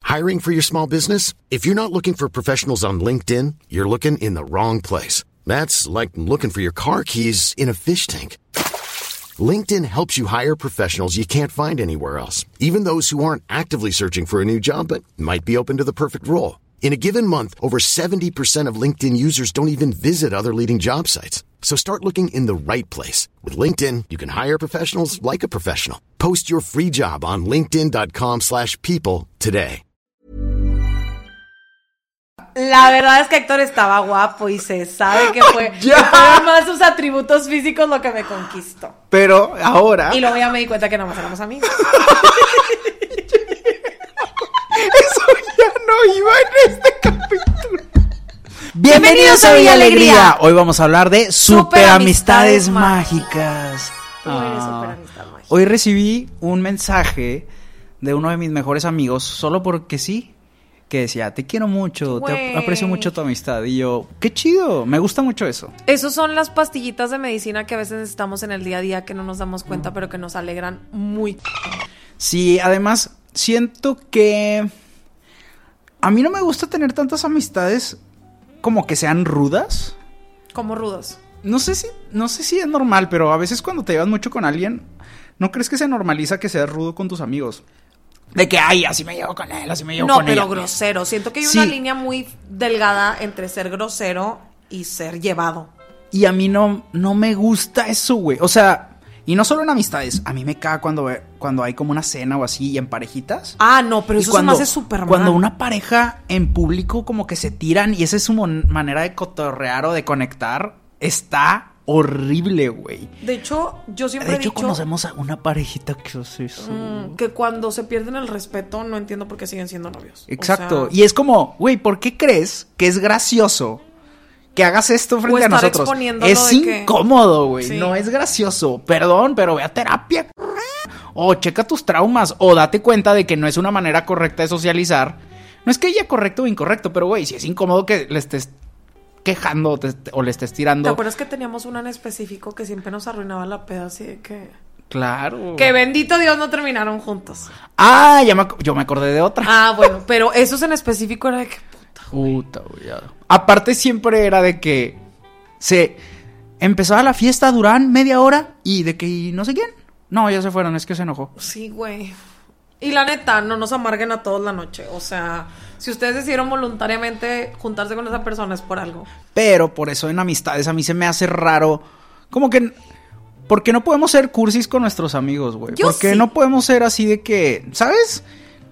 Hiring for your small business? If you're not looking for professionals on LinkedIn, you're looking in the wrong place. That's like looking for your car keys in a fish tank. LinkedIn helps you hire professionals you can't find anywhere else, even those who aren't actively searching for a new job but might be open to the perfect role. In a given month, over 70% of LinkedIn users don't even visit other leading job sites. So start looking in the right place. With LinkedIn, you can hire professionals like a professional. Post your free job on linkedin.com/people today. La verdad es que Héctor estaba guapo y se sabe que fue más sus atributos físicos lo que me conquistó. Pero ahora... Y luego ya me di cuenta que no más éramos amigos. Eso ya no iba en este capítulo. Bienvenidos a Villa Alegría. Hoy vamos a hablar de superamistades mágicas. Hoy recibí un mensaje de uno de mis mejores amigos, solo porque sí, que decía, te quiero mucho, te aprecio mucho tu amistad. Y yo, qué chido, me gusta mucho eso. Esos son las pastillitas de medicina que a veces necesitamos en el día a día, que no nos damos cuenta, pero que nos alegran muy. Sí, además, siento que a mí no me gusta tener tantas amistades como que sean rudas. ¿Cómo rudos? No sé si es normal, pero a veces cuando te llevas mucho con alguien, ¿no crees que se normaliza que seas rudo con tus amigos? De que, ay, así me llevo con él, así me llevo con ella. No, pero grosero. Siento que hay una línea muy delgada entre ser grosero y ser llevado. Y a mí no me gusta eso, güey. O sea, y no solo en amistades. A mí me caga cuando hay como una cena o así y en parejitas. Ah, no, pero eso se me hace súper mal. Cuando una pareja en público como que se tiran y esa es su manera de cotorrear o de conectar, está horrible, güey. De hecho, yo siempre he dicho... conocemos a una parejita que hace eso. Que cuando se pierden el respeto, no entiendo por qué siguen siendo novios. Exacto. O sea, y es como, güey, ¿por qué crees que es gracioso que hagas esto frente a nosotros? Es incómodo, güey. Sí. No es gracioso. Perdón, pero ve a terapia. O checa tus traumas. O date cuenta de que no es una manera correcta de socializar. No es que haya correcto o incorrecto, pero, güey, si es incómodo que le estés quejando o le estés tirando. ¿Te acuerdas que teníamos una en específico que siempre nos arruinaba la peda, así de que... Claro. Que bendito Dios no terminaron juntos. Ah, yo me acordé de otra. Ah, bueno, pero esos en específico era de que... Puta, güey. Aparte siempre era de que se empezaba la fiesta, duran media hora y de que no sé quién. No, ya se fueron, es que se enojó. Sí, güey. Y la neta, no nos amarguen a todos la noche. O sea, si ustedes decidieron voluntariamente juntarse con esa persona es por algo. Pero por eso en amistades a mí se me hace raro. Como que... ¿Por qué no podemos ser cursis con nuestros amigos, güey? ¿Por qué no podemos ser así de que... ¿Sabes?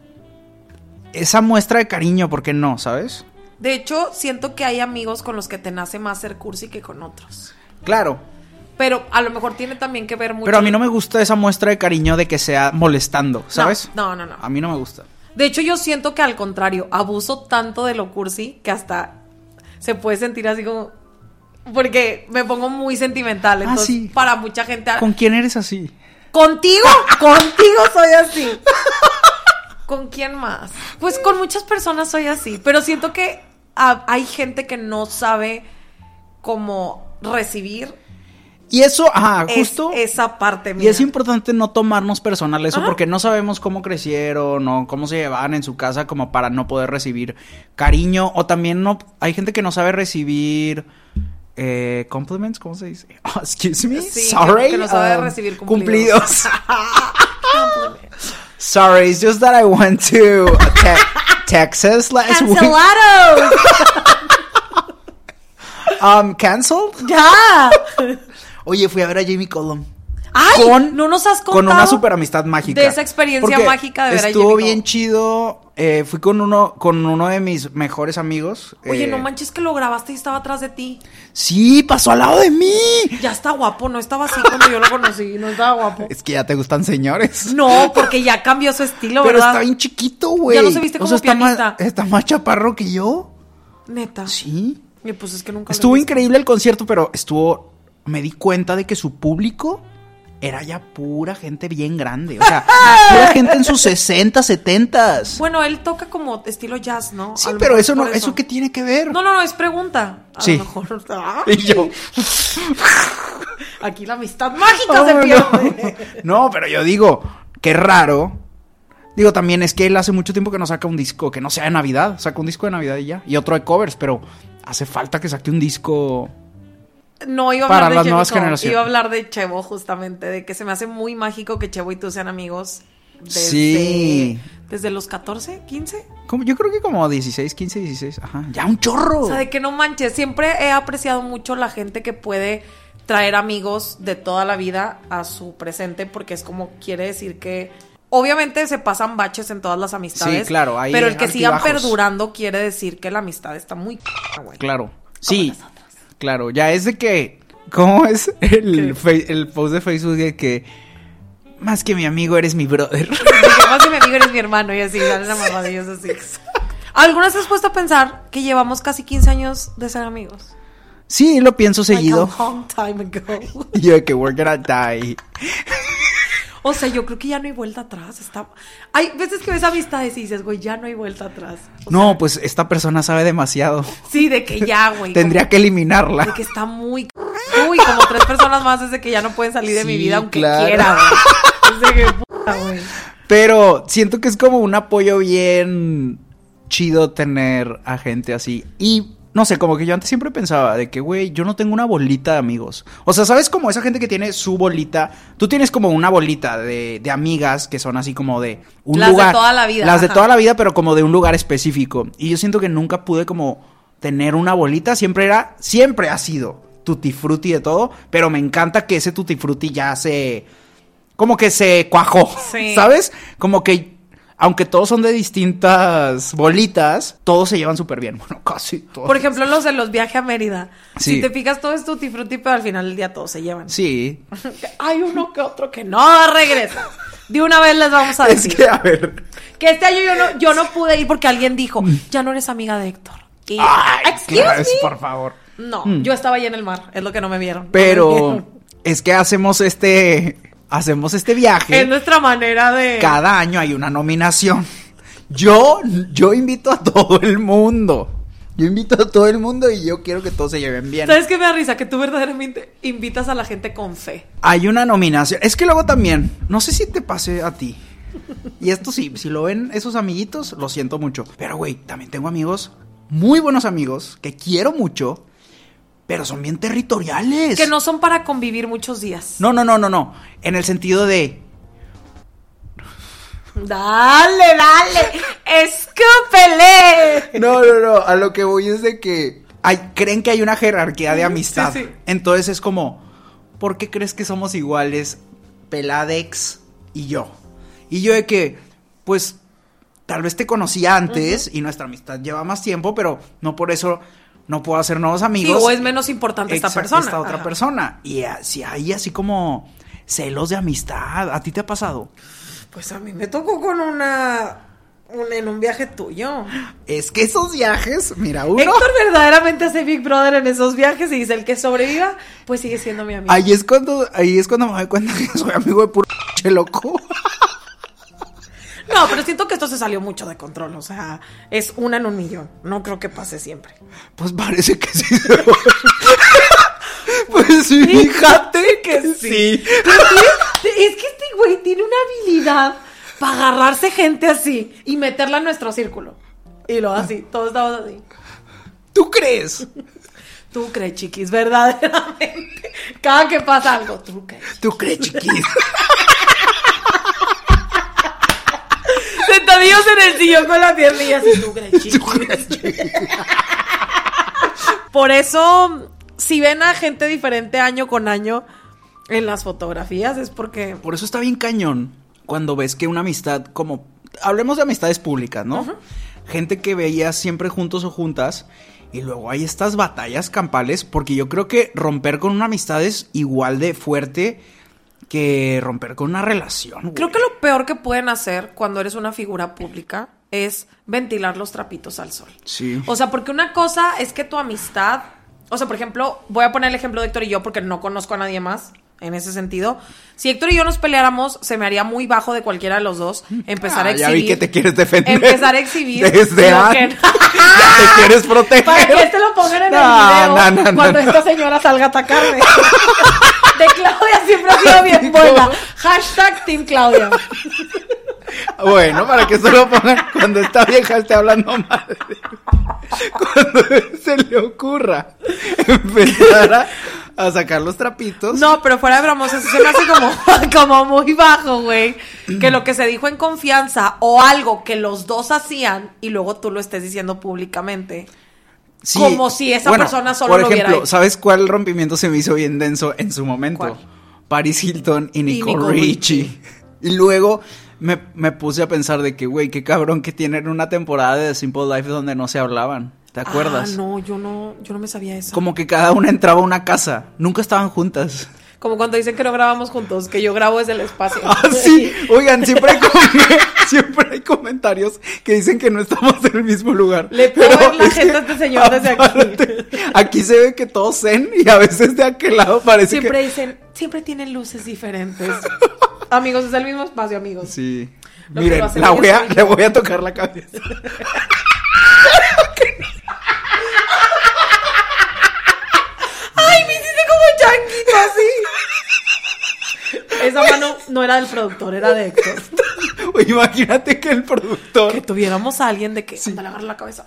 Esa muestra de cariño, ¿por qué no? ¿Sabes? De hecho, siento que hay amigos con los que te nace más ser cursi que con otros. Claro. Pero a lo mejor tiene también que ver mucho... Pero a mí no me gusta esa muestra de cariño de que sea molestando, ¿sabes? No. A mí no me gusta. De hecho, yo siento que al contrario, abuso tanto de lo cursi que hasta se puede sentir así como... Porque me pongo muy sentimental, entonces sí. Para mucha gente... ¿Con quién eres así? ¿Contigo? Soy así. ¿Con quién más? Pues con muchas personas soy así, pero siento que hay gente que no sabe cómo recibir... Y eso, justo... esa parte mía. Y es importante no tomarnos personal eso, porque no sabemos cómo crecieron o cómo se llevaban en su casa como para no poder recibir cariño. O también hay gente que no sabe recibir compliments, ¿cómo se dice? Oh, excuse me, sí, sorry. Que no sabe recibir cumplidos. Sorry, it's just that I went to Texas last week. Canceled? Ya. Oye, fui a ver a Jamie Cullum. ¡Ay! No nos has contado. Con una super amistad mágica. De esa experiencia mágica de ver a Jamie Estuvo bien chido. Fui con uno de mis mejores amigos. Oye, no manches que lo grabaste y estaba atrás de ti. Sí, pasó al lado de mí. Ya está guapo, no estaba así cuando yo lo conocí. No estaba guapo. Es que ya te gustan señores. No, porque ya cambió su estilo, pero ¿verdad? Pero está bien chiquito, güey. Ya no se viste como pianista. Está más chaparro que yo. ¿Neta? Sí. Y pues es que nunca estuvo increíble el concierto, pero me di cuenta de que su público era ya pura gente bien grande. O sea, pura gente en sus 60, 70. Bueno, él toca como estilo jazz, ¿no? Sí, pero eso no, ¿eso qué tiene que ver? No, es pregunta. A lo mejor. Y yo. Aquí la amistad mágica se pierde. No, pero yo digo, qué raro Digo, también es que él hace mucho tiempo que no saca un disco que no sea de Navidad. Saca un disco de Navidad y ya. Y otro de covers, pero hace falta que saque un disco... No, iba a para hablar las de nuevas Chevo. generaciones. Iba a hablar de Chevo, justamente. De que se me hace muy mágico que Chevo y tú sean amigos desde los 14, 15. Yo creo que como 16, 15, 16. Ajá. Ya un chorro. O sea, de que no manches. Siempre he apreciado mucho la gente que puede traer amigos de toda la vida a su presente, porque es como quiere decir que... Obviamente se pasan baches en todas las amistades. Sí, claro. Hay pero el que sigan altibajos. Perdurando quiere decir que la amistad está muy... güey. Claro. Sí. Claro. Ya es de que... ¿Cómo es el post de Facebook de que... Más que mi amigo eres mi brother? Más que mi amigo eres mi hermano. Y así, salen amarradillos así. ¿Alguna vez has puesto a pensar que llevamos casi 15 años de ser amigos? Sí, lo pienso seguido. Like a long time ago. Yo de que we're gonna die. O sea, yo creo que ya no hay vuelta atrás. Hay veces que ves amistades y dices, güey, ya no hay vuelta atrás. No, pues esta persona sabe demasiado. Sí, de que ya, güey. Tendría que eliminarla. De que está muy... Uy, como 3 personas más desde que ya no pueden salir de mi vida, aunque quiera, güey. Desde que puta, güey. Pero siento que es como un apoyo bien chido tener a gente así. Y... no sé, como que yo antes siempre pensaba de que, güey, yo no tengo una bolita de amigos. O sea, ¿sabes? Como esa gente que tiene su bolita. Tú tienes como una bolita de amigas que son así como de un lugar. Las de toda la vida. Las de toda la vida, pero como de un lugar específico. Y yo siento que nunca pude como tener una bolita. Siempre ha sido tutti frutti de todo. Pero me encanta que ese tutti frutti ya como que se cuajó. Sí. ¿Sabes? Como que... aunque todos son de distintas bolitas, todos se llevan súper bien. Bueno, casi todos. Por ejemplo, los de los viajes a Mérida. Sí. Si te fijas, todo es tutti frutti, pero al final del día todos se llevan. Sí. Hay uno que otro que no regresa. De una vez les vamos a decir. Es que, a ver. Que este año yo no pude ir porque alguien dijo, ya no eres amiga de Héctor. Y, excuse me. Por favor. No, yo estaba ahí en el mar. Es lo que no me vieron. Pero es que hacemos este viaje. Es nuestra manera de... Cada año hay una nominación. Yo invito a todo el mundo. Yo invito a todo el mundo y yo quiero que todos se lleven bien. ¿Sabes qué me da risa? Que tú verdaderamente invitas a la gente con fe. Hay una nominación. Es que luego también, no sé si te pase a ti. Y esto sí, si lo ven esos amiguitos, lo siento mucho. Pero güey, también tengo amigos, muy buenos amigos, que quiero mucho, pero son bien territoriales. Que no son para convivir muchos días. No. En el sentido de... Dale, escúpele. No, a lo que voy es de que creen que hay una jerarquía de amistad. Sí. Entonces es como, ¿por qué crees que somos iguales Peladex y yo? Y yo de que, pues, tal vez te conocí antes y nuestra amistad lleva más tiempo, pero no por eso no puedo hacer nuevos amigos. Sí, o es menos importante esta persona. Esta otra persona. Y si hay así como celos de amistad, ¿a ti te ha pasado? Pues a mí me tocó con en un viaje tuyo. Es que esos viajes, mira, uno... Héctor verdaderamente hace Big Brother en esos viajes y dice, el que sobreviva, pues sigue siendo mi amigo. Ahí es cuando me doy cuenta que soy amigo de puro loco. No, pero siento que esto se salió mucho de control, o sea, es 1 en 1,000,000. No creo que pase siempre. Pues parece que sí. Pues sí, fíjate que sí. Es que este güey tiene una habilidad para agarrarse gente así y meterla en nuestro círculo. Y luego así, todos estamos así. ¿Tú crees? Tú crees, chiquis, verdaderamente. Cada que pasa algo, tú crees. ¿Tú crees, chiquis? Sentadillos en el sillón con la piernilla así, tú crees, chiquis. Por eso, si ven a gente diferente año con año en las fotografías, es porque... Por eso está bien cañón cuando ves que una amistad como... Hablemos de amistades públicas, ¿no? Uh-huh. Gente que veías siempre juntos o juntas y luego hay estas batallas campales, porque yo creo que romper con una amistad es igual de fuerte que romper con una relación, güey. Creo que lo peor que pueden hacer cuando eres una figura pública es ventilar los trapitos al sol. Sí. O sea, porque una cosa es que tu amistad... O sea, por ejemplo, voy a poner el ejemplo de Héctor y yo porque no conozco a nadie más en ese sentido. Si Héctor y yo nos peleáramos, se me haría muy bajo de cualquiera de los dos empezar a exhibir. Ya vi que te quieres defender. Empezar a exhibir. Desde ya te quieres proteger. Para que este lo pongan en el video cuando esta señora salga a atacarme. De Claudia siempre ha sido bien buena. #Team Claudia. Bueno, para que solo pongan cuando esta vieja esté hablando mal. Cuando se le ocurra empezar a sacar los trapitos. No, pero fuera de bromas, eso se me hace como muy bajo, güey. Que lo que se dijo en confianza o algo que los dos hacían y luego tú lo estés diciendo públicamente. Sí, como si esa persona solo por lo ejemplo, hubiera hecho. ¿Sabes cuál rompimiento se me hizo bien denso en su momento? ¿Cuál? Paris Hilton y Nicole Richie. Y luego me puse a pensar de que, güey, qué cabrón que tienen una temporada de The Simple Life donde no se hablaban. ¿Te acuerdas? No, yo no me sabía eso. Como que cada una entraba a una casa. Nunca estaban juntas. Como cuando dicen que no grabamos juntos, que yo grabo desde el espacio. Sí. Oigan, siempre hay comentarios que dicen que no estamos en el mismo lugar. Le puedo ver la jeta a este señor desde aquí. Aquí se ve que todos zen y a veces de aquel lado parece siempre dicen, siempre tienen luces diferentes. Amigos, es el mismo espacio, amigos. Sí. Miren, le voy a tocar la cabeza. ¡Ay, me hiciste como changuito así! Esa mano no era del productor, era de Héctor. Oye, imagínate que el productor... Que tuviéramos a alguien de que... Sí. Ándale, agarra la cabeza.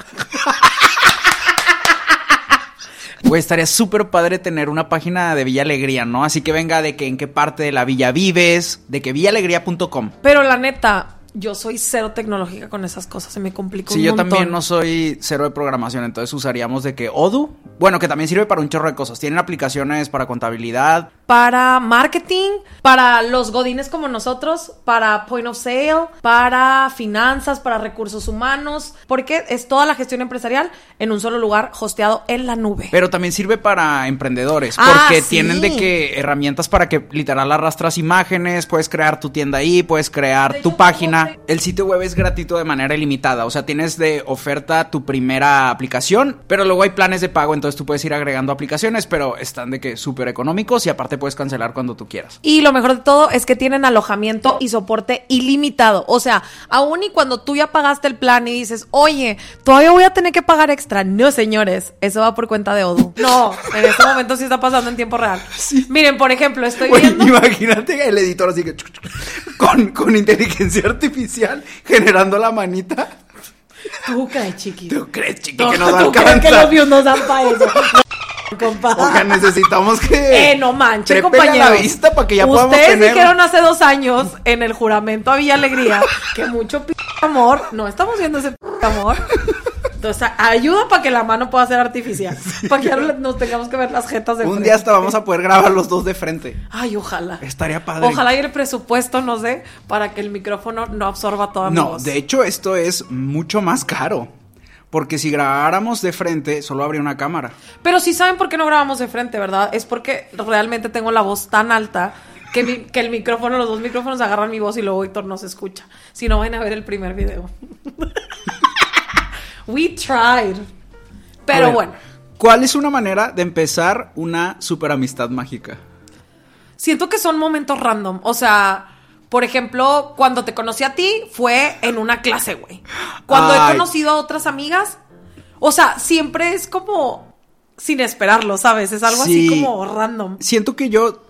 Güey, estaría súper padre tener una página de Villa Alegría, ¿no? Así que venga de que en qué parte de la villa vives, de que villaalegría.com. Pero la neta... Yo soy cero tecnológica con esas cosas, se me complica un montón. Sí, yo también no soy cero de programación, entonces usaríamos de que Odoo, bueno, que también sirve para un chorro de cosas. Tienen aplicaciones para contabilidad, para marketing, para los godines como nosotros, para point of sale, para finanzas, para recursos humanos, porque es toda la gestión empresarial en un solo lugar, hosteado en la nube. Pero también sirve para emprendedores, porque tienen de que herramientas para que literal arrastras imágenes, puedes crear tu tienda ahí, puedes crear tu página. El sitio web es gratuito de manera ilimitada, o sea, tienes de oferta tu primera aplicación, pero luego hay planes de pago, entonces tú puedes ir agregando aplicaciones, pero están de que súper económicos y aparte puedes cancelar cuando tú quieras. Y lo mejor de todo es que tienen alojamiento y soporte ilimitado, o sea, aún y cuando tú ya pagaste el plan y dices, oye, todavía voy a tener que pagar extra. No, señores, eso va por cuenta de Odoo. No, en este momento sí está pasando en tiempo real. Sí. Miren, por ejemplo, estoy viendo... Imagínate el editor así que... con inteligencia artificial generando la manita. ¿Tú crees, chiqui? ¿Tú crees, chiqui, que nos alcanza? ¿Tú crees que los views nos dan para eso? Compadre. Oiga, necesitamos que... no manches, compañeros. La vista para que ya podamos tener... Ustedes dijeron hace 2 años en el juramento a Villa Alegría que mucho amor. No estamos viendo ese amor. Entonces, ayuda para que la mano pueda ser artificial. Sí. Para que ya no nos tengamos que ver las jetas de frente. Un día hasta vamos a poder grabar los dos de frente. Ay, ojalá. Estaría padre. Ojalá y el presupuesto nos dé para que el micrófono no absorba toda mi voz. No, de hecho, esto es mucho más caro. Porque si grabáramos de frente, solo habría una cámara. Pero sí saben por qué no grabamos de frente, ¿verdad? Es porque realmente tengo la voz tan alta que el micrófono, los 2 micrófonos agarran mi voz y luego Héctor no se escucha. Si no, van a ver el primer video. We tried. Pero ver, bueno. ¿Cuál es una manera de empezar una super amistad mágica? Siento que son momentos random. O sea, por ejemplo, cuando te conocí a ti fue en una clase, güey. Cuando he conocido a otras amigas, o sea, siempre es como sin esperarlo, ¿sabes? Es algo así como random. Siento que yo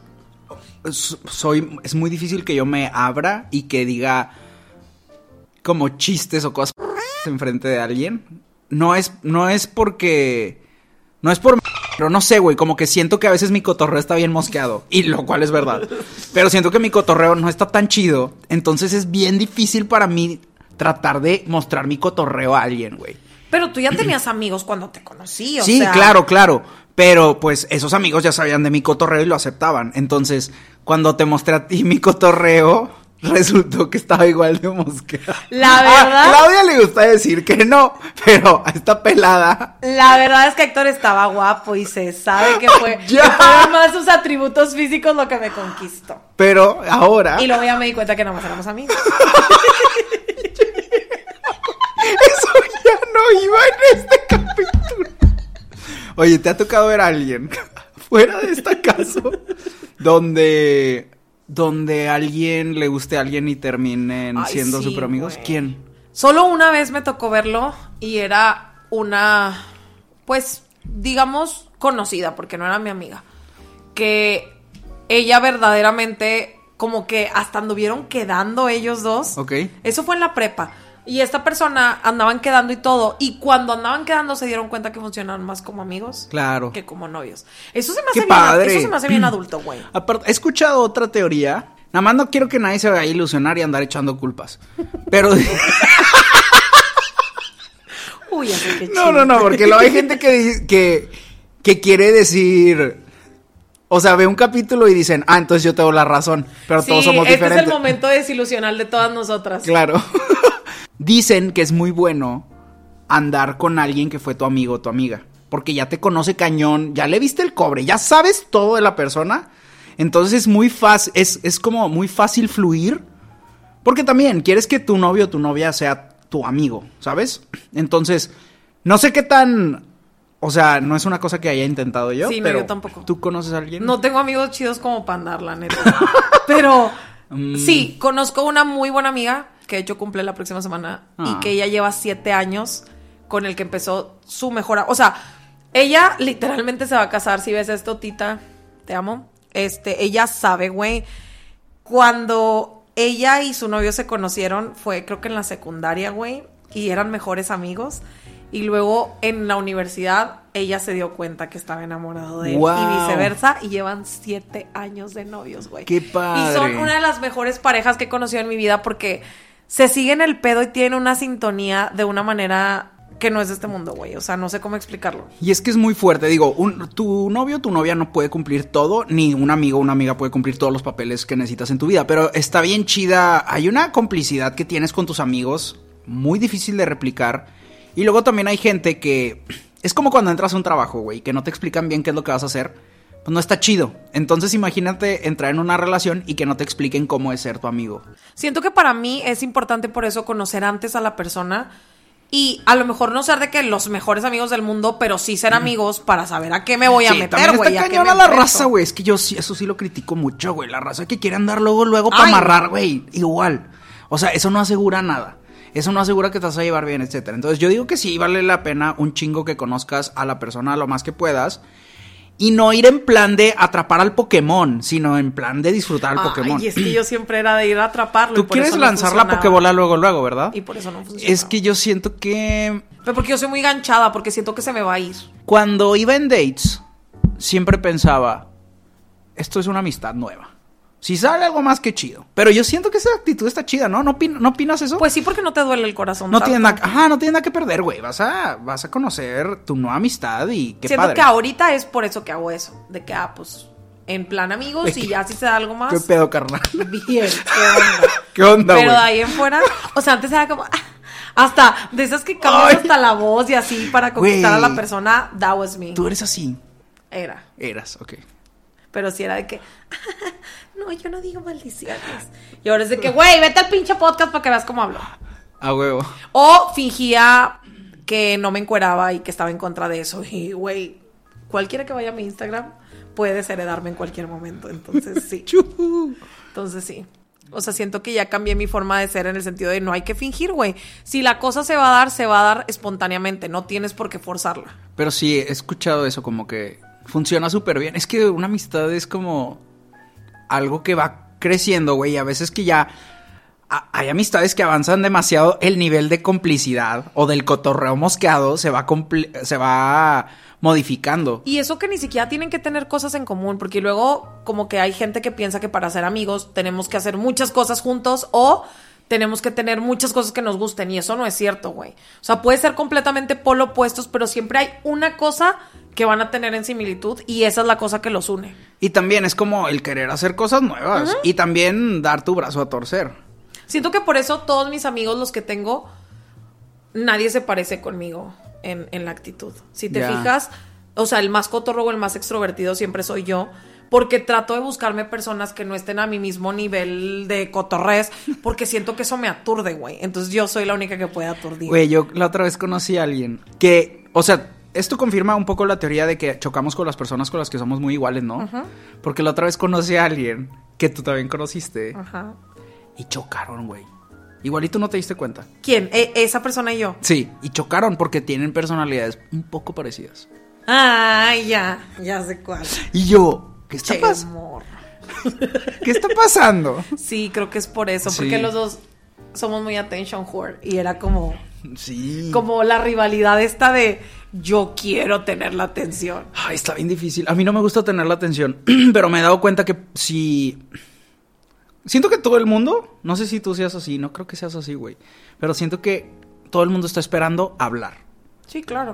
es muy difícil que yo me abra y que diga como chistes o cosas enfrente de alguien. No es porque... No es por... Pero no sé, güey, como que siento que a veces mi cotorreo está bien mosqueado. Y lo cual es verdad. Pero siento que mi cotorreo no está tan chido. Entonces es bien difícil para mí tratar de mostrar mi cotorreo a alguien, güey. Pero tú ya tenías amigos cuando te conocí, o sea... Sí, claro. Pero pues esos amigos ya sabían de mi cotorreo y lo aceptaban. Entonces, cuando te mostré a ti mi cotorreo... Resultó que estaba igual de mosqueada. La verdad... A Claudia le gusta decir que no, pero a esta pelada... La verdad es que Héctor estaba guapo y se sabe que fue... ¡Ya! Que fueron más sus atributos físicos lo que me conquistó. Pero ahora... Y luego ya me di cuenta que nada más éramos amigos. Eso ya no iba en este capítulo. Oye, ¿te ha tocado ver a alguien fuera de esta casa donde a alguien le guste a alguien y terminen siendo súper amigos? Güey. ¿Quién? Solo una vez me tocó verlo y era una, pues, digamos, conocida, porque no era mi amiga. Que ella verdaderamente como que hasta anduvieron quedando ellos dos. Ok. Eso fue en la prepa. Y esta persona andaban quedando y todo. Y cuando andaban quedando se dieron cuenta que funcionaban más como amigos. Claro. Que como novios. Eso se me hace ¡Qué padre! Eso se me hace bien adulto, güey. Aparte, he escuchado otra teoría. Nada más no quiero que nadie se vaya a ilusionar y andar echando culpas. Pero... Uy, ya sé qué chido. No, porque luego hay gente que quiere decir... O sea, ve un capítulo y dicen, entonces yo tengo la razón, pero todos somos diferentes. Este es el momento desilusional de todas nosotras. Claro. Dicen que es muy bueno andar con alguien que fue tu amigo o tu amiga, porque ya te conoce cañón, ya le viste el cobre, ya sabes todo de la persona, entonces es muy fácil, es como muy fácil fluir, porque también quieres que tu novio o tu novia sea tu amigo, ¿sabes? Entonces, no sé qué tan... O sea, no es una cosa que haya intentado yo. Sí, pero yo tampoco. ¿Tú conoces a alguien? No tengo amigos chidos como para andar, la neta. Pero sí, conozco una muy buena amiga que de hecho cumple la próxima semana y que ella lleva 7 años con el que empezó su mejor... O sea, ella literalmente se va a casar. Si ves esto, Tita, te amo. Ella sabe, güey. Cuando ella y su novio se conocieron fue creo que en la secundaria, güey. Y eran mejores amigos. Y luego en la universidad ella se dio cuenta que estaba enamorado de él. Wow. Y viceversa. Y llevan 7 años de novios, güey. ¡Qué padre! Y son una de las mejores parejas que he conocido en mi vida porque se siguen el pedo y tienen una sintonía de una manera que no es de este mundo, güey. O sea, no sé cómo explicarlo. Y es que es muy fuerte. Digo, tu novio o tu novia no puede cumplir todo, ni un amigo o una amiga puede cumplir todos los papeles que necesitas en tu vida. Pero está bien chida. Hay una complicidad que tienes con tus amigos muy difícil de replicar. Y luego también hay gente que... Es como cuando entras a un trabajo, güey, que no te explican bien qué es lo que vas a hacer. Pues no está chido. Entonces imagínate entrar en una relación y que no te expliquen cómo es ser tu amigo. Siento que para mí es importante por eso conocer antes a la persona. Y a lo mejor no ser de que los mejores amigos del mundo, pero sí ser amigos para saber a qué me voy a meter, güey. Está cañón a la raza, güey. Es que yo sí, eso sí lo critico mucho, güey. La raza que quiere andar luego para amarrar, güey. Igual. O sea, eso no asegura nada. Eso no asegura que te vas a llevar bien, etcétera. Entonces yo digo que sí vale la pena un chingo que conozcas a la persona lo más que puedas. Y no ir en plan de atrapar al Pokémon, sino en plan de disfrutar al Pokémon. Y es que yo siempre era de ir a atraparlo. Tú quieres lanzar la Pokébola luego, ¿verdad? Y por eso no funciona. Es que yo siento que... Pero porque yo soy muy ganchada, porque siento que se me va a ir. Cuando iba en dates, siempre pensaba, esto es una amistad nueva. Si sale algo más que chido. Pero yo siento que esa actitud está chida, ¿no? ¿No opinas eso? Pues sí, porque no te duele el corazón. No tiene nada que perder, güey. Vas a conocer tu nueva amistad y qué siento padre. Que ahorita es por eso que hago eso. De que, pues, en plan amigos y ya si se da algo más. ¿Qué pedo, carnal? Bien, ¿qué onda? ¿Qué onda, güey? Pero de ahí en fuera, o sea, antes era como... hasta de esas que cambian hasta la voz y así para conquistar a la persona. That was me. ¿Tú eres así? Eras, ok. Pero sí era de que... no, yo no digo maldiciones. Y ahora es de que, güey, vete al pinche podcast para que veas cómo hablo. A huevo. O fingía que no me encueraba y que estaba en contra de eso. Y, güey, cualquiera que vaya a mi Instagram puede desheredarme en cualquier momento. Entonces, sí. Entonces, sí. O sea, siento que ya cambié mi forma de ser en el sentido de no hay que fingir, güey. Si la cosa se va a dar espontáneamente. No tienes por qué forzarla. Pero sí, he escuchado eso como que funciona súper bien. Es que una amistad es como algo que va creciendo, güey. A veces que ya hay amistades que avanzan demasiado. El nivel de complicidad o del cotorreo mosqueado se va modificando. Y eso que ni siquiera tienen que tener cosas en común, porque luego como que hay gente que piensa que para ser amigos tenemos que hacer muchas cosas juntos o tenemos que tener muchas cosas que nos gusten, y eso no es cierto, güey. O sea, puede ser completamente polo opuestos, pero siempre hay una cosa que van a tener en similitud y esa es la cosa que los une. Y también es como el querer hacer cosas nuevas y también dar tu brazo a torcer. Siento que por eso todos mis amigos, los que tengo, nadie se parece conmigo en la actitud. Si te fijas, o sea, el más cotorro o el más extrovertido siempre soy yo, porque trato de buscarme personas que no estén a mi mismo nivel de cotorrez, porque siento que eso me aturde, güey. Entonces yo soy la única que puede aturdir. Güey, yo la otra vez conocí a alguien que, o sea, esto confirma un poco la teoría de que chocamos con las personas con las que somos muy iguales, ¿no? Uh-huh. Porque la otra vez conocí a alguien que tú también conociste. Ajá. Y chocaron, güey. Igualito no te diste cuenta. ¿Quién? ¿Esa persona y yo? Sí, y chocaron porque tienen personalidades un poco parecidas. Ah, ya sé cuál. Y yo, ¿qué está pasando? ¿Qué está pasando? Sí, creo que es por eso, porque los dos somos muy attention whore y era como... Sí. Como la rivalidad esta de yo quiero tener la atención. Ay, está bien difícil. A mí no me gusta tener la atención, pero me he dado cuenta que si... Siento que todo el mundo, no sé si tú seas así, no creo que seas así, güey, pero siento que todo el mundo está esperando hablar. Sí, claro.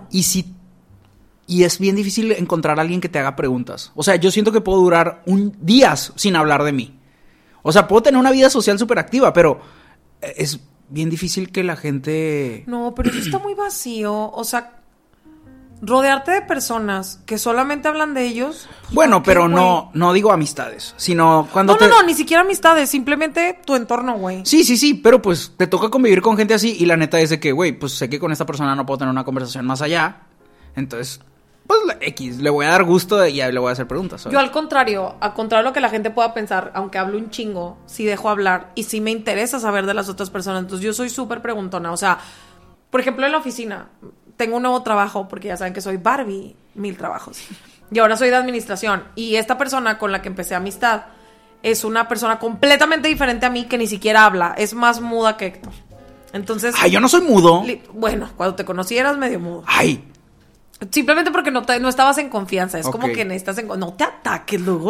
Y es bien difícil encontrar a alguien que te haga preguntas. O sea, yo siento que puedo durar días sin hablar de mí. O sea, puedo tener una vida social súper activa, pero es bien difícil que la gente... No, pero eso está muy vacío. O sea, rodearte de personas que solamente hablan de ellos... Bueno, pero no digo amistades, sino cuando No, ni siquiera amistades, simplemente tu entorno, güey. Sí, pero pues te toca convivir con gente así y la neta es de que, güey, pues sé que con esta persona no puedo tener una conversación más allá, entonces... Pues le voy a dar gusto y le voy a hacer preguntas, ¿sabes? Yo al contrario de lo que la gente pueda pensar, aunque hablo un chingo, sí dejo hablar y sí me interesa saber de las otras personas. Entonces yo soy súper preguntona. O sea, por ejemplo en la oficina, tengo un nuevo trabajo porque ya saben que soy Barbie, 1000 trabajos. Y ahora soy de administración. Y esta persona con la que empecé amistad es una persona completamente diferente a mí que ni siquiera habla. Es más muda que Héctor. Entonces... Ay, yo no soy mudo. Bueno, cuando te conocí eras medio mudo. Ay... Simplemente porque no estabas en confianza. Es como que necesitas... No te ataques luego.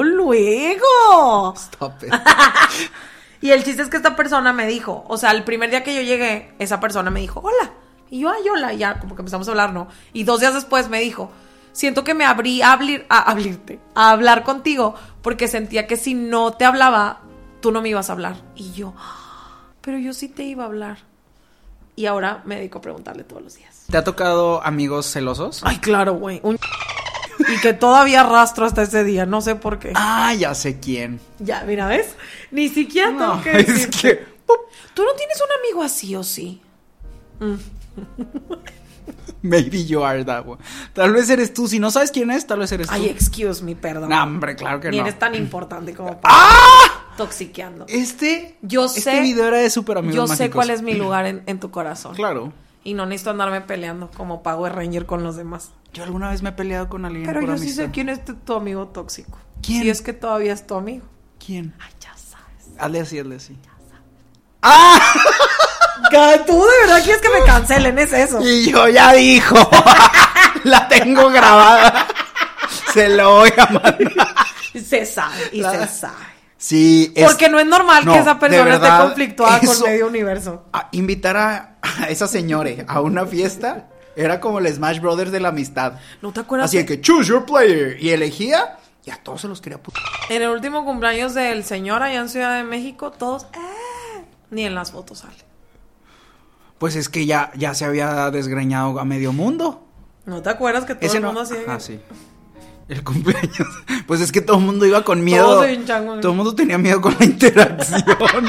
Stop it. Y el chiste es que esta persona me dijo... O sea, el primer día que yo llegué, esa persona me dijo, hola. Y yo, ay, hola. Y ya como que empezamos a hablar, ¿no? Y 2 días después me dijo... Siento que me abrí a hablar contigo. Porque sentía que si no te hablaba, tú no me ibas a hablar. Y yo... Pero yo sí te iba a hablar. Y ahora me dedico a preguntarle todos los días. ¿Te ha tocado amigos celosos? Ay, claro, güey. Y que todavía arrastro hasta ese día. No sé por qué. Ah, ya sé quién. Ya, mira, ¿ves? Ni siquiera tengo que decir. Es que... ¿Tú no tienes un amigo así o sí? Maybe you are that one. Tal vez eres tú. Si no sabes quién es, tal vez eres tú. Ay, excuse me, perdón. No, hombre, claro que Ni no. eres tan importante como para... Toxiqueando. Este Este video era de Super Amigos Yo Mágicos. sé cuál es mi lugar en tu corazón. Claro. Y no necesito andarme peleando como Power Ranger con los demás. Yo alguna vez me he peleado con alguien. Pero por yo amistad. sí sé quién es tu amigo tóxico. ¿Quién? Si es que todavía es tu amigo. ¿Quién? Ay, ya sabes. Hazle así. Ya sabes. ¡Ah! Tú de verdad quieres que me cancelen, es eso. Y yo ya dijo. La tengo grabada. Se lo voy a mandar. Se sabe. Se sabe. Sí, porque no es normal que esa persona esté conflictuada con medio universo. Invitar a esa señora a una fiesta era como el Smash Brothers de la amistad. ¿No te acuerdas? Así que choose your player. Y elegía y a todos se los quería putar. En el último cumpleaños del señor allá en Ciudad de México, todos... ni en las fotos sale. Pues es que ya se había desgreñado a medio mundo. ¿No te acuerdas que todo el mundo hacía? Ah, sí. El cumpleaños. Pues es que todo el mundo iba con miedo. Todo el mundo tenía miedo con la interacción.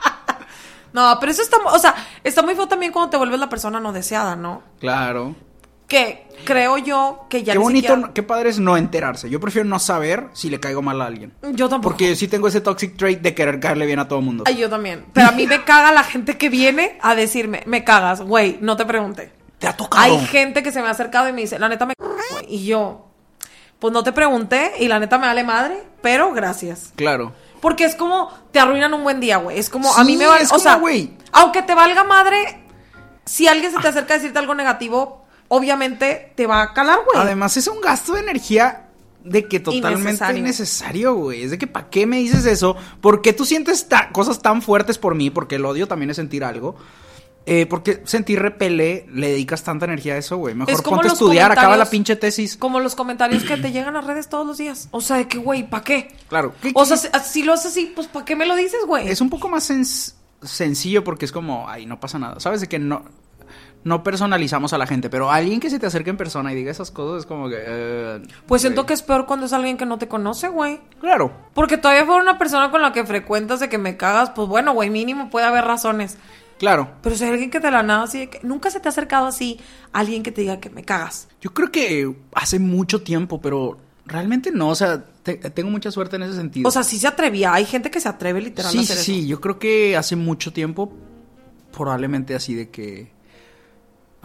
No, pero eso está... O sea, está muy feo también cuando te vuelves la persona no deseada, ¿no? Claro. Que creo yo que ya qué ni bonito, siquiera... qué padre es no enterarse. Yo prefiero no saber si le caigo mal a alguien. Yo tampoco. Porque sí tengo ese toxic trait de querer caerle bien a todo el mundo. Ay, yo también. Pero a mí me caga la gente que viene a decirme, me cagas, güey, no te pregunté. ¿Te ha tocado? Hay gente que se me ha acercado y me dice, la neta me cagas, güey. Y yo, pues no te pregunté y la neta me vale madre, pero gracias. Claro. Porque es como, te arruinan un buen día, güey. Es como, sí, a mí me vale, o sea, güey, aunque te valga madre, si alguien se te acerca a decirte algo negativo, obviamente te va a calar, güey. Además es un gasto de energía de que totalmente innecesario, güey. Es de que ¿para qué me dices eso? ¿Por qué tú sientes cosas tan fuertes por mí? Porque el odio también es sentir algo. ¿Por qué sentir repele le dedicas tanta energía a eso, güey? Mejor ponte a estudiar, acaba la pinche tesis. Como los comentarios que te llegan a redes todos los días. O sea, de que, güey, ¿para qué? Claro. O sea, si lo haces así, pues ¿para qué me lo dices, güey? Es un poco más sencillo porque es como, ay, no pasa nada. ¿Sabes? De que no personalizamos a la gente, pero alguien que se te acerque en persona y diga esas cosas es como que... pues siento que es peor cuando es alguien que no te conoce, güey. Claro. Porque todavía fue una persona con la que frecuentas de que me cagas, pues bueno, güey, mínimo puede haber razones. Claro. Pero si hay alguien que te la nada así de que... Nunca se te ha acercado así alguien que te diga que me cagas. Yo creo que hace mucho tiempo, pero realmente no, o sea, tengo mucha suerte en ese sentido. O sea, sí se atrevía, hay gente que se atreve literal a hacer eso. Sí, yo creo que hace mucho tiempo, probablemente así de que...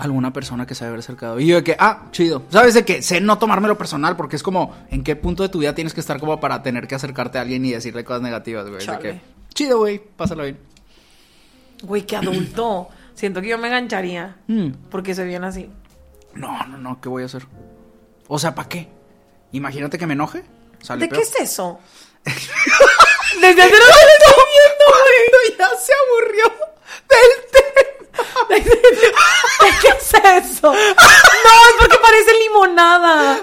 alguna persona que se haber acercado. Y yo de que, chido. ¿Sabes? De que sé no tomármelo personal, porque es como, ¿en qué punto de tu vida tienes que estar como para tener que acercarte a alguien y decirle cosas negativas, güey? De que, chido, güey, pásalo bien. Güey, qué adulto. Siento que yo me engancharía. Porque se viene así. No, ¿qué voy a hacer? O sea, ¿para qué? Imagínate que me enoje. ¿De qué es eso? Desde hace rato lo estoy viendo, güey. Ya se aburrió del tema. ¿De qué es eso? No, es porque parece limonada.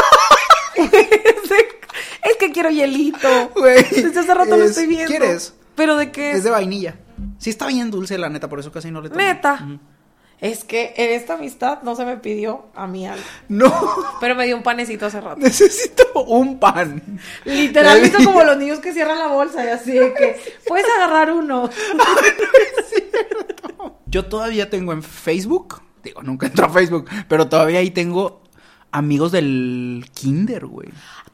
Es que quiero hielito. Güey. Desde hace rato lo estoy viendo. ¿Quieres? ¿Pero de qué? Es de vainilla. Sí está bien dulce, la neta, por eso casi no le tomo. ¿Neta? Es que en esta amistad no se me pidió a mí algo. No. Pero me dio un panecito hace rato. Necesito un pan. Literalmente como los niños que cierran la bolsa y así de que puedes agarrar uno. Es cierto. Yo todavía tengo en Facebook, digo, nunca entro a Facebook, pero todavía ahí tengo amigos del kinder, güey.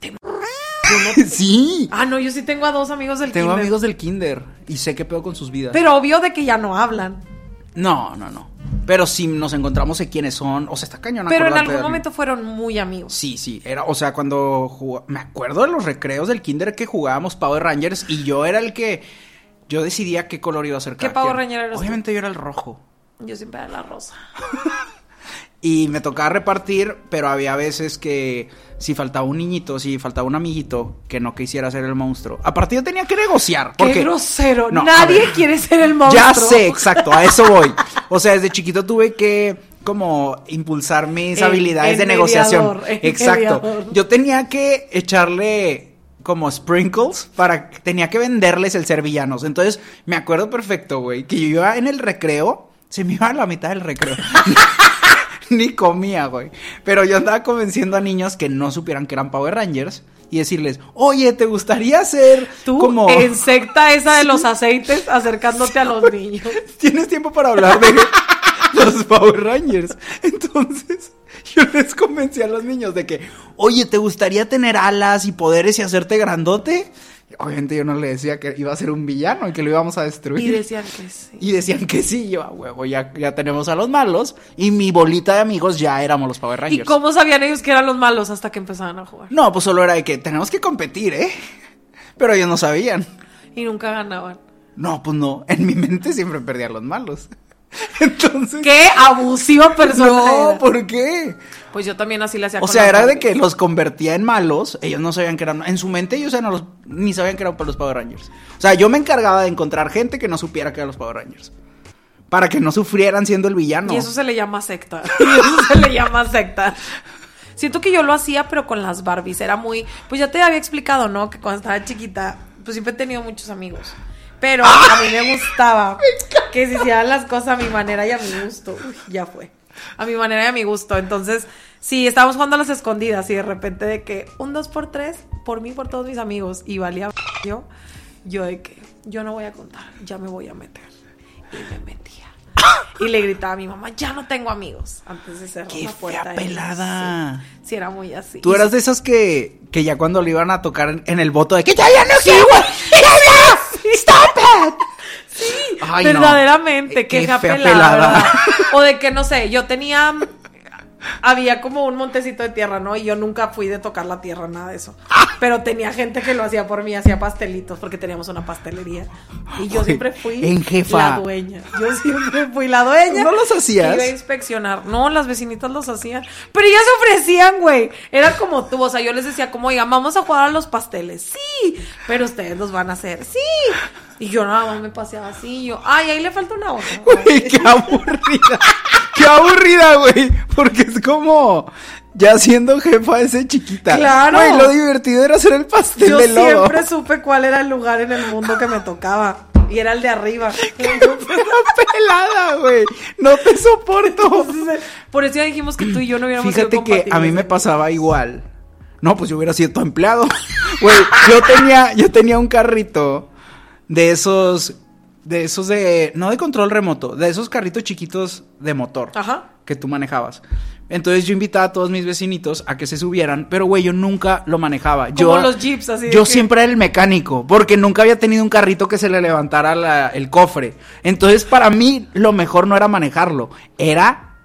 Sí. No, yo sí tengo a 2 amigos del kinder. Tengo amigos del kinder y sé qué pedo con sus vidas. Pero obvio de que ya no hablan. No. Pero si nos encontramos, sé quiénes son. O sea, está cañón. Pero en algún momento fueron muy amigos. Sí. Era, o sea, cuando me acuerdo de los recreos del kinder que jugábamos Power Rangers y yo era el que... Yo decidía qué color iba a ser ¿Qué Power Ranger eras? Obviamente yo era el rojo. Yo siempre era la rosa. Y me tocaba repartir, pero había veces que si faltaba un niñito, si faltaba un amiguito que no quisiera ser el monstruo. Aparte yo tenía que negociar. Porque... ¡Qué grosero! No, nadie quiere ser el monstruo. Ya sé, exacto, a eso voy. O sea, desde chiquito tuve que como impulsar mis habilidades de negociación. Exacto. Mediador. Yo tenía que echarle como sprinkles tenía que venderles el ser villanos. Entonces, me acuerdo perfecto, güey, que yo iba en el recreo, se me iba a la mitad del recreo. Ni comía, güey. Pero yo andaba convenciendo a niños que no supieran que eran Power Rangers y decirles, oye, ¿te gustaría ser tú como... en secta esa de los aceites acercándote a los niños? ¿Tienes tiempo para hablar de los Power Rangers? Entonces, yo les convencí a los niños de que, oye, ¿te gustaría tener alas y poderes y hacerte grandote? Obviamente yo no le decía que iba a ser un villano y que lo íbamos a destruir. Y decían que sí. Y decían que sí. Yo, a huevo, ya tenemos a los malos. Y mi bolita de amigos ya éramos los Power Rangers. ¿Y cómo sabían ellos que eran los malos hasta que empezaban a jugar? No, pues solo era de que tenemos que competir, ¿eh? Pero ellos no sabían. Y nunca ganaban. No, pues no. En mi mente siempre perdían los malos. Entonces... ¡Qué abusiva persona! No, era. ¿por qué? Pues yo también así le hacía. O sea, era de que los convertía en malos. Ellos no sabían que eran... En su mente ellos ni sabían que eran para los Power Rangers. O sea, yo me encargaba de encontrar gente que no supiera que eran los Power Rangers. Para que no sufrieran siendo el villano. Y eso se le llama secta. Siento que yo lo hacía, pero con las Barbies. Era muy... Pues ya te había explicado, ¿no? Que cuando estaba chiquita, pues siempre he tenido muchos amigos. Pero a mí me gustaba que se hicieran las cosas a mi manera y a mi gusto. Uy, ya fue. A mi manera y a mi gusto. Entonces, sí, estábamos jugando a las escondidas y de repente de que 1, 2 por 3, por mí, por todos mis amigos. Y valía yo de que yo no voy a contar, ya me voy a meter. Y me metía. Y le gritaba a mi mamá, ya no tengo amigos. Antes de cerrar la puerta. ¡Qué fea pelada! Sí, era muy así. Tú eras de esas que ya cuando le iban a tocar en el voto de que ya no quiero, güey. ¡Stop it! Sí, ay, verdaderamente, no. Qué fea pelada. O de que, no sé, había como un montecito de tierra, ¿no? Y yo nunca fui de tocar la tierra, nada de eso. Pero tenía gente que lo hacía por mí, hacía pastelitos, porque teníamos una pastelería. Y yo siempre fui la dueña. Yo siempre fui la dueña. ¿No los hacías? Iba a inspeccionar. No, las vecinitas los hacían. Pero ellas se ofrecían, güey. Era como tú, o sea, yo les decía como, oigan, vamos a jugar a los pasteles. Sí, pero ustedes los van a hacer. Sí. Y yo nada más me paseaba así, y yo, ahí le falta una hoja. Güey, qué aburrida. Qué aburrida, güey. Porque es como ya siendo jefa de ser chiquita. Claro. Güey, lo divertido era hacer el pastel de lodo. Yo siempre supe cuál era el lugar en el mundo que me tocaba. Y era el de arriba. ¡Qué pelada, güey! No te soporto. Entonces, por eso ya dijimos que tú y yo no hubiéramos sido compatibles. Fíjate que a mí me pasaba igual. No, pues yo hubiera sido tu empleado. Güey, yo tenía un carrito de esos no de control remoto, de esos carritos chiquitos de motor. Ajá. Que tú manejabas. Entonces yo invitaba a todos mis vecinitos a que se subieran, pero güey, yo nunca lo manejaba. Como los jeeps, así. Yo siempre era el mecánico, porque nunca había tenido un carrito que se le levantara el cofre. Entonces para mí lo mejor no era manejarlo, era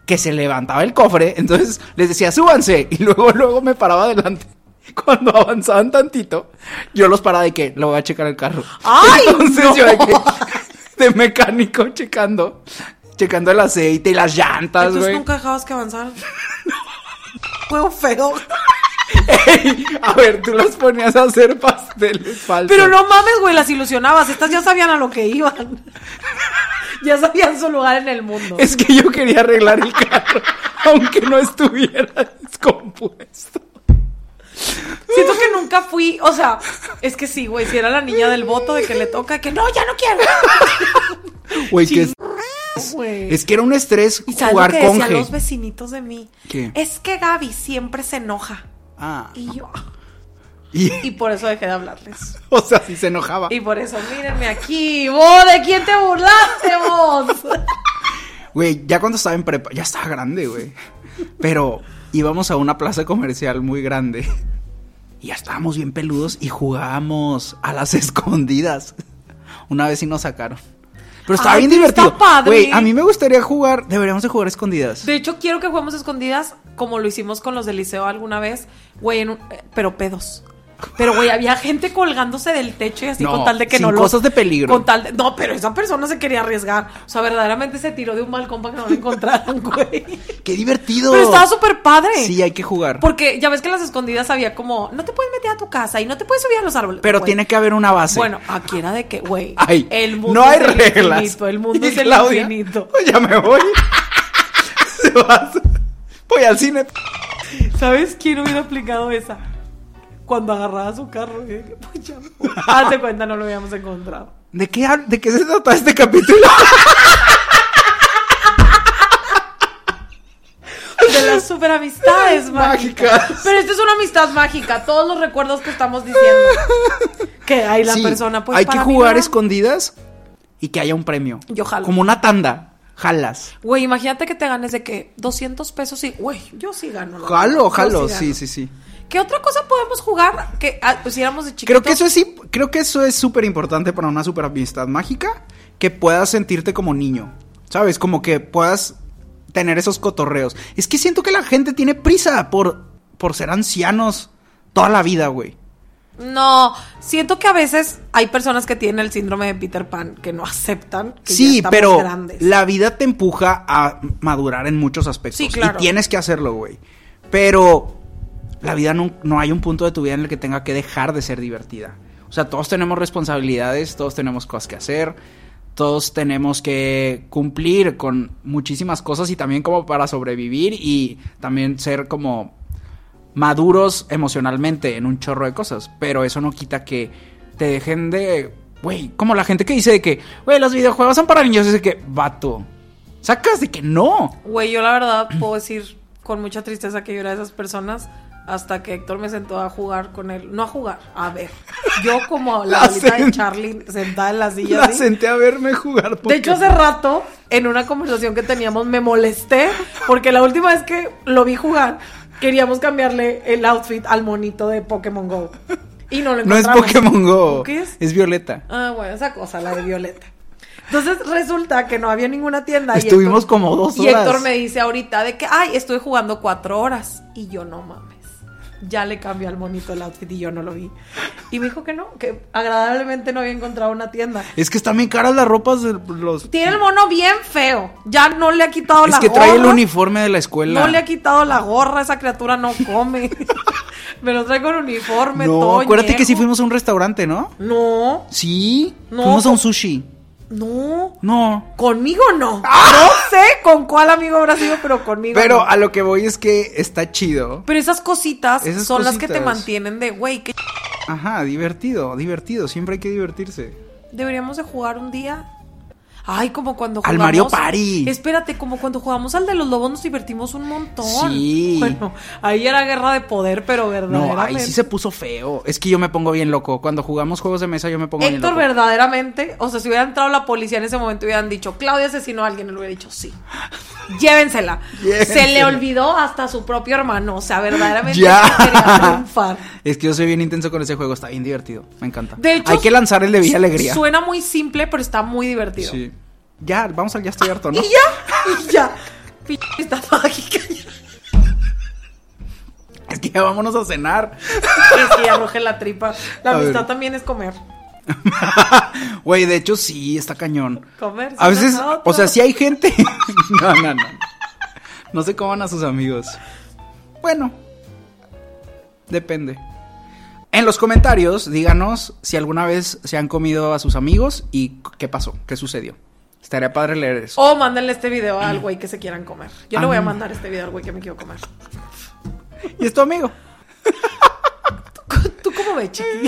que se levantaba el cofre, entonces les decía, súbanse, y luego me paraba adelante. Cuando avanzaban tantito, yo los paraba de que, lo voy a checar el carro. ¡Ay, entonces no! yo de mecánico checando el aceite y las llantas, güey. Entonces nunca dejabas que avanzaran. Juego feo. Ey, a ver, tú las ponías a hacer pasteles falsos. Pero no mames, güey, las ilusionabas. Estas ya sabían a lo que iban. Ya sabían su lugar en el mundo. Es que yo quería arreglar el carro, aunque no estuviera descompuesto. Siento que nunca fui, o sea, es que sí, güey, si era la niña del voto de que le toca, que no, ya no quiero. Güey, que güey. Es que era un estrés ¿Y sabes jugar lo que conge. decían los vecinitos de mí? ¿Qué? Es que Gaby siempre se enoja. Ah. Y yo... Y Y por eso dejé de hablarles. o sea, sí se enojaba. Y por eso, mírenme aquí. ¿Vos de quién te burlaste, vos? Güey, ya cuando estaba en prepa, ya estaba grande, güey. Pero íbamos a una plaza comercial muy grande. Y ya estábamos bien peludos y jugábamos a las escondidas. Una vez sí nos sacaron. Pero estaba bien divertido. Está padre. Güey, a mí me gustaría jugar. Deberíamos de jugar escondidas. De hecho, quiero que juguemos escondidas como lo hicimos con los del liceo alguna vez. Güey, pero pedos. Pero, güey, había gente colgándose del techo y así, No, con tal de que sin no lo... cosas de peligro. Con tal de... No, pero esa persona se quería arriesgar. O sea, verdaderamente se tiró de un balcón para que no lo encontraran, güey. ¡Qué divertido! Pero estaba súper padre. Sí, hay que jugar. Porque ya ves que en las escondidas había como... No te puedes meter a tu casa y no te puedes subir a los árboles. Pero güey. tiene que haber una base. Bueno, aquí era de que, güey, Ay, el mundo no hay es el reglas. infinito. El mundo Y es el Claudia, infinito. pues ya me voy. Se va. Voy al cine. ¿Sabes quién hubiera aplicado esa? Cuando agarraba su carro. Pues ya, hazte cuenta, no lo habíamos encontrado. ¿De qué se trata este capítulo? De las super amistades mágicas. Pero esta es una amistad mágica. Todos los recuerdos que estamos diciendo. Que hay la Sí, persona, pues hay que para mí jugar no. escondidas y que haya un premio. Yo jalo. Como una tanda. Jalas. Güey, imagínate que te ganes de que 200 pesos y... Güey, yo sí gano. la Jalo, verdad. Yo jalo. gano. Sí. ¿Qué otra cosa podemos jugar? Que pues si éramos de chiquitos. Creo que eso es súper importante para una super amistad mágica. Que puedas sentirte como niño. ¿Sabes? Como que puedas tener esos cotorreos. Es que siento que la gente tiene prisa por ser ancianos toda la vida, güey. No, siento que a veces hay personas que tienen el síndrome de Peter Pan que no aceptan que ya Sí, estamos pero grandes. la vida te empuja a madurar en muchos aspectos. Sí, claro. Y tienes que hacerlo, güey. Pero la vida no hay un punto de tu vida en el que tenga que dejar de ser divertida. O sea, todos tenemos responsabilidades, todos tenemos cosas que hacer, todos tenemos que cumplir con muchísimas cosas y también como para sobrevivir y también ser como maduros emocionalmente en un chorro de cosas. Pero eso no quita que te dejen de... Güey, como la gente que dice de que, güey, los videojuegos son para niños. Es de que, vato, sacas de que no. Güey, yo la verdad puedo decir con mucha tristeza que yo era de esas personas hasta que Héctor me sentó a jugar con él. No a jugar, a ver. Yo como la abuelita de Charlie sentada en la silla La así. senté a verme jugar. De hecho, hace rato, en una conversación que teníamos, me molesté porque la última vez que lo vi jugar, queríamos cambiarle el outfit al monito de Pokémon GO. Y no lo No es encontramos. Pokémon GO. ¿Qué es? Es Violeta. Ah, bueno, esa cosa, la de Violeta. Entonces resulta que no había ninguna tienda. Estuvimos como 2 horas. Y Héctor me dice ahorita de que, ay, estuve jugando 4 horas. Y yo, no mames. Ya le cambió al monito el outfit y yo no lo vi. Y me dijo que no, que agradablemente no había encontrado una tienda. Es que están bien caras las ropas de los... Tiene el mono bien feo. Ya no le ha quitado la gorra. Es que trae el uniforme de la escuela. No le ha quitado la gorra, esa criatura no come. Me lo trae con uniforme, No, todo acuérdate ñejo. que sí fuimos a un restaurante, ¿no? No, Sí. No. Fuimos a un sushi. no. No. Conmigo no. No sé con cuál amigo habrá sido, pero conmigo Pero no. a lo que voy es que está chido. Pero esas cositas Esas son las que te cositas. mantienen de, güey, que Ajá, divertido. Siempre hay que divertirse. deberíamos de jugar un día. Ay, como cuando Al jugamos... Mario Party. Espérate, como cuando jugamos al de los lobos nos divertimos un montón. Sí. Bueno, ahí era guerra de poder, pero No, verdaderamente... ahí sí se puso feo. Es que yo me pongo bien loco. Cuando jugamos juegos de mesa yo me pongo bien Héctor, loco. verdaderamente, o sea, si hubiera entrado la policía en ese momento hubieran dicho, Claudia asesinó a alguien, él hubiera dicho, sí. Llévensela. Llévensela. Se le olvidó hasta su propio hermano, o sea, verdaderamente Ya. quería triunfar. Es que yo soy bien intenso con ese juego. Está bien divertido. Me encanta. De hecho, hay que lanzar el de Villa Alegría. Suena muy simple, pero está muy divertido. Sí. Ya, vamos al Ya estoy harto, ¿no? Y ya. Amistad mágica. Es que ya vámonos a cenar. Es que ya arroje la tripa. La amistad también es comer. Güey, de hecho sí, está cañón. Comer. A veces, o sea, sí hay gente. No. No se coman a sus amigos. Bueno, depende. En los comentarios, díganos si alguna vez se han comido a sus amigos y qué pasó, qué sucedió. Estaría padre leer eso. O mándenle este video al güey que se quieran comer. Yo le voy a mandar este video al güey que me quiero comer. ¿Y es tu amigo? ¿Tú cómo ves, chiqui?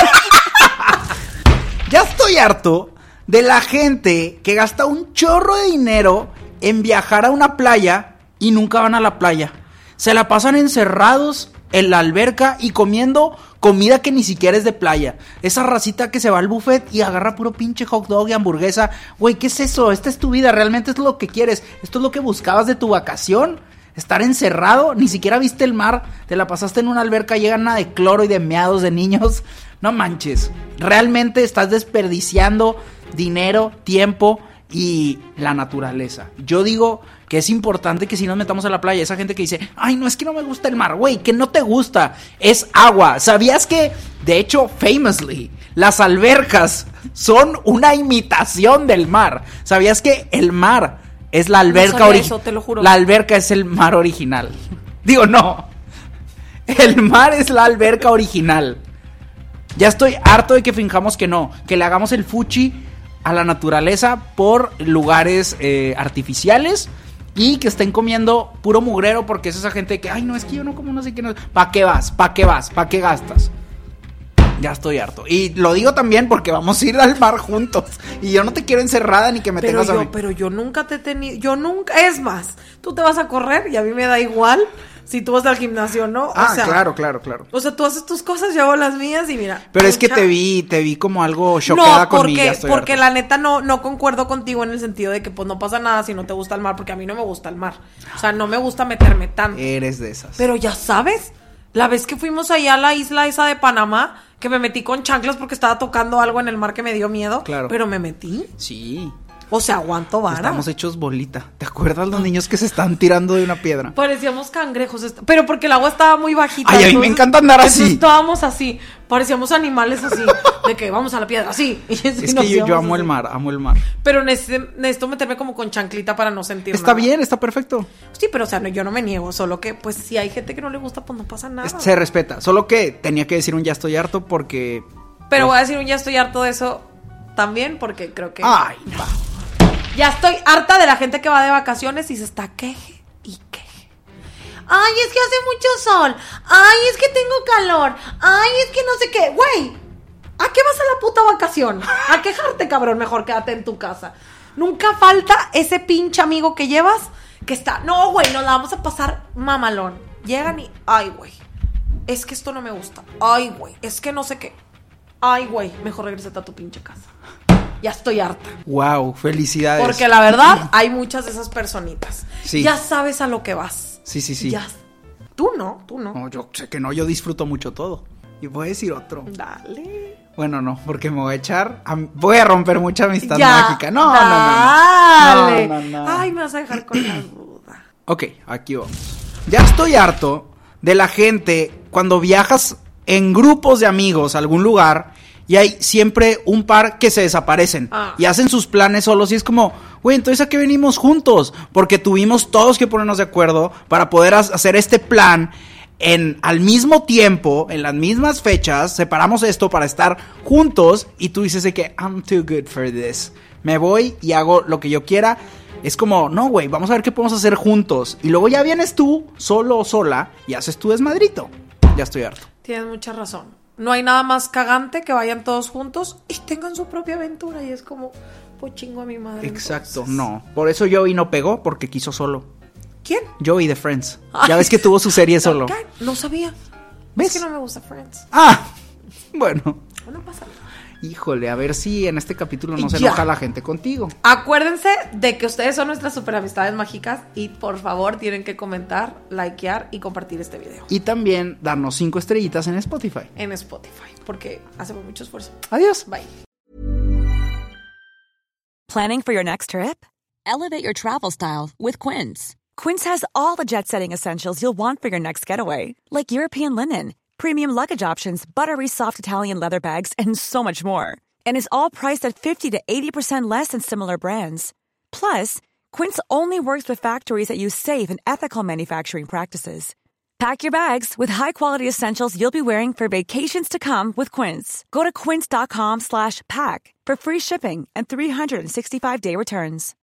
Ya estoy harto de la gente que gasta un chorro de dinero en viajar a una playa y nunca van a la playa. Se la pasan encerrados en la alberca y comiendo comida que ni siquiera es de playa. Esa racita que se va al buffet y agarra puro pinche hot dog y hamburguesa. Güey, ¿qué es eso? Esta es tu vida, realmente es lo que quieres. Esto es lo que buscabas de tu vacación. Estar encerrado, ni siquiera viste el mar, te la pasaste en una alberca llena de cloro y de meados de niños. No manches, realmente estás desperdiciando dinero, tiempo y la naturaleza. Yo digo que es importante que si nos metamos a la playa, esa gente que dice, ay, no, es que no me gusta el mar, güey, que no te gusta, es agua. ¿Sabías que, de hecho, famously, las albercas son una imitación del mar? ¿Sabías que el mar es la alberca original? Te lo juro. La alberca es el mar original. Digo, no. El mar es la alberca original. Ya estoy harto de que finjamos que no, que le hagamos el fuchi a la naturaleza por lugares artificiales y que estén comiendo puro mugrero porque es esa gente que, ay, no, es que yo no como no sé qué. No. ¿Para qué vas? ¿Para qué vas? ¿Para qué gastas? Ya estoy harto. Y lo digo también porque vamos a ir al mar juntos. Y yo no te quiero encerrada ni que me tengas a mí. Pero yo nunca te he tenido. Yo nunca. Es más, tú te vas a correr y a mí me da igual si tú vas al gimnasio, ¿no? O sea, claro. O sea, tú haces tus cosas, yo hago las mías y mira. Pero es que te vi como algo chocada conmigo. No, porque la neta no concuerdo contigo en el sentido de que pues no pasa nada si no te gusta el mar, porque a mí no me gusta el mar. O sea, no me gusta meterme tanto. Eres de esas. Pero ya sabes, la vez que fuimos allá a la isla esa de Panamá, que me metí con chanclas porque estaba tocando algo en el mar que me dio miedo. Claro. Pero me metí. Sí. O sea, aguanto vara. Estamos hechos bolita. ¿Te acuerdas los niños que se están tirando de una piedra? Parecíamos cangrejos. Pero porque el agua estaba muy bajita. Ay, a mí me encanta andar así. Estábamos así. Parecíamos animales así. De que vamos a la piedra, así. Es que yo amo el mar, Pero necesito meterme como con chanclita para no sentir Está nada. bien, está perfecto. Sí, pero o sea, yo no me niego. Solo que, pues, si hay gente que no le gusta, pues no pasa nada. Se respeta. Solo que tenía que decir un ya estoy harto porque... Pero voy a decir un ya estoy harto de eso también porque creo que... Ay, no. Ya estoy harta de la gente que va de vacaciones y se está queje y queje. Ay, es que hace mucho sol. Ay, es que tengo calor. Ay, es que no sé qué. Güey, ¿a qué vas a la puta vacación? A quejarte, cabrón. Mejor quédate en tu casa. Nunca falta ese pinche amigo que llevas que está... No, güey, nos la vamos a pasar mamalón. Llegan y... Ay, güey, es que esto no me gusta. Ay, güey, es que no sé qué. Ay, güey, mejor regrésate a tu pinche casa. Ya estoy harta. Wow, felicidades. Porque la verdad, hay muchas de esas personitas. Sí. Ya sabes a lo que vas. Sí. Ya. Tú no. No, yo sé que no, yo disfruto mucho todo. Y voy a decir otro. Dale. Bueno, no, porque me voy a echar... Voy a romper mucha amistad ya, mágica. No. Ay, me vas a dejar con la duda. Ok, aquí vamos. Ya estoy harto de la gente cuando viajas en grupos de amigos a algún lugar y hay siempre un par que se desaparecen y hacen sus planes solos y es como, güey, entonces ¿a qué venimos juntos? Porque tuvimos todos que ponernos de acuerdo para poder hacer este plan al mismo tiempo, en las mismas fechas, separamos esto para estar juntos y tú dices de que I'm too good for this. Me voy y hago lo que yo quiera. Es como, no, güey, vamos a ver qué podemos hacer juntos. Y luego ya vienes tú, solo o sola, y haces tu desmadrito. Ya estoy harto. Tienes mucha razón. No hay nada más cagante que vayan todos juntos y tengan su propia aventura. Y es como, pues chingo a mi madre. Exacto, entonces. No. Por eso Joey no pegó, porque quiso solo. ¿Quién? Joey de Friends. Ya ves que tuvo su serie solo. No sabía. ¿Ves? Es que no me gusta Friends. Bueno. No pasa nada. Híjole, a ver si en este capítulo no se enoja la gente contigo. Acuérdense de que ustedes son nuestras super amistades mágicas y por favor tienen que comentar, likear y compartir este video. Y también darnos 5 estrellitas en Spotify. En Spotify, porque hacemos mucho esfuerzo. Adiós. Bye. Planning for your next trip? Elevate your travel style with Quince. Quince has all the jet-setting essentials you'll want for your next getaway, like European linen, premium luggage options, buttery soft Italian leather bags, and so much more. And is all priced at 50 to 80% less than similar brands. Plus, Quince only works with factories that use safe and ethical manufacturing practices. Pack your bags with high-quality essentials you'll be wearing for vacations to come with Quince. Go to quince.com/pack for free shipping and 365-day returns.